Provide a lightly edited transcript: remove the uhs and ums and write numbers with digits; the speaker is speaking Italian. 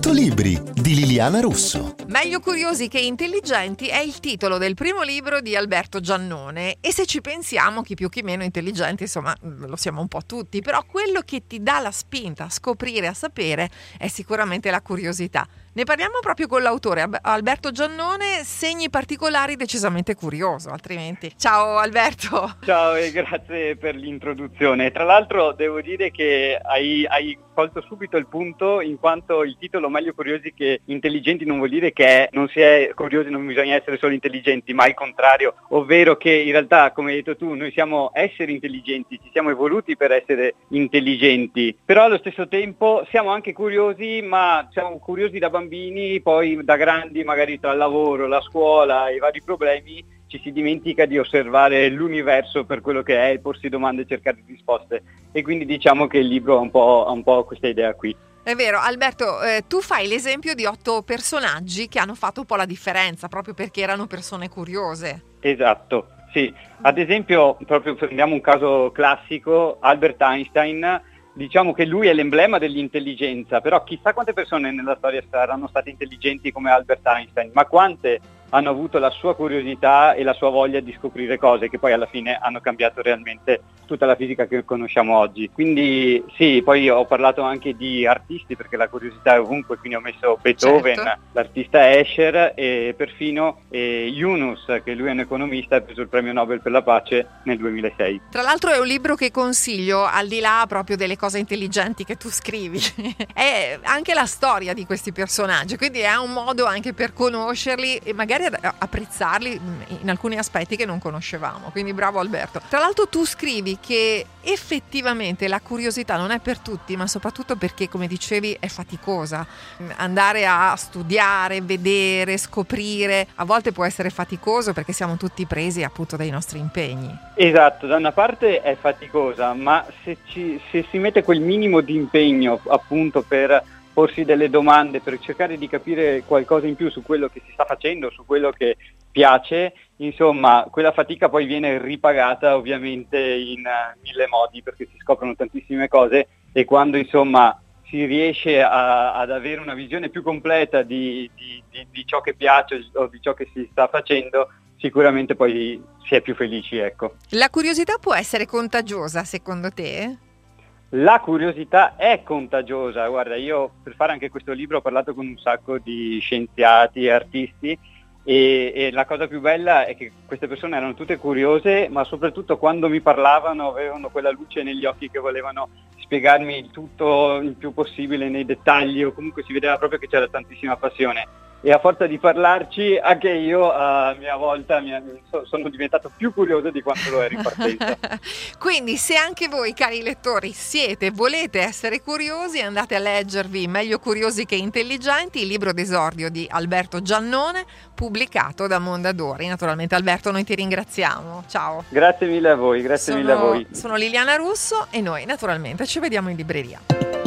100 libri di Liliana Russo. Meglio curiosi che intelligenti è il titolo del primo libro di Alberto Giannone, e se ci pensiamo, chi più chi meno intelligenti, insomma, lo siamo un po' tutti, però quello che ti dà la spinta a scoprire, a sapere, è sicuramente la curiosità. Ne parliamo proprio con l'autore, Alberto Giannone, segni particolari decisamente curioso, altrimenti. Ciao Alberto! Ciao e grazie per l'introduzione. Tra l'altro devo dire che hai colto subito il punto, in quanto il titolo Meglio curiosi che intelligenti non vuol dire che non si è curiosi, non bisogna essere solo intelligenti, ma il contrario, ovvero che in realtà, come hai detto tu, noi siamo esseri intelligenti, ci siamo evoluti per essere intelligenti, però allo stesso tempo siamo anche curiosi, ma siamo curiosi da bambini, poi da grandi magari tra il lavoro, la scuola e i vari problemi ci si dimentica di osservare l'universo per quello che è, porsi domande e cercare risposte, e quindi diciamo che il libro ha un po' questa idea qui. È vero, Alberto, tu fai l'esempio di 8 personaggi che hanno fatto un po' la differenza, proprio perché erano persone curiose. Esatto, sì. Ad esempio, proprio prendiamo un caso classico, Albert Einstein. Diciamo che lui è l'emblema dell'intelligenza, però chissà quante persone nella storia saranno state intelligenti come Albert Einstein, ma quante hanno avuto la sua curiosità e la sua voglia di scoprire cose che poi alla fine hanno cambiato realmente tutta la fisica che conosciamo oggi. Quindi sì, poi ho parlato anche di artisti, perché la curiosità è ovunque, quindi ho messo Beethoven, certo, l'artista Escher e perfino Yunus, che lui è un economista e ha preso il premio Nobel per la pace nel 2006. Tra l'altro è un libro che consiglio, al di là proprio delle cose intelligenti che tu scrivi, è anche la storia di questi personaggi, quindi è un modo anche per conoscerli e magari apprezzarli in alcuni aspetti che non conoscevamo, quindi bravo Alberto. Tra l'altro tu scrivi che effettivamente la curiosità non è per tutti, ma soprattutto perché, come dicevi, è faticosa. Andare a studiare, vedere, scoprire, a volte può essere faticoso perché siamo tutti presi appunto dai nostri impegni. Esatto, da una parte è faticosa, ma se si mette quel minimo di impegno appunto per porsi delle domande, per cercare di capire qualcosa in più su quello che si sta facendo, su quello che piace, insomma, quella fatica poi viene ripagata ovviamente in mille modi, perché si scoprono tantissime cose, e quando insomma si riesce ad avere una visione più completa di ciò che piace o di ciò che si sta facendo, sicuramente poi si è più felici, ecco. La curiosità può essere contagiosa, secondo te? La curiosità è contagiosa. Guarda, io per fare anche questo libro ho parlato con un sacco di scienziati e artisti, e la cosa più bella è che queste persone erano tutte curiose, ma soprattutto quando mi parlavano avevano quella luce negli occhi che volevano spiegarmi il tutto il più possibile nei dettagli, o comunque si vedeva proprio che c'era tantissima passione. E a forza di parlarci anche io a mia volta sono diventato più curioso di quanto lo ero in partenza. Quindi se anche voi, cari lettori, volete essere curiosi, andate a leggervi Meglio curiosi che intelligenti, il libro d'esordio di Alberto Giannone, pubblicato da Mondadori. Naturalmente Alberto, noi ti ringraziamo, ciao. Grazie mille a voi, mille a voi. Sono Liliana Russo e noi naturalmente ci vediamo in libreria.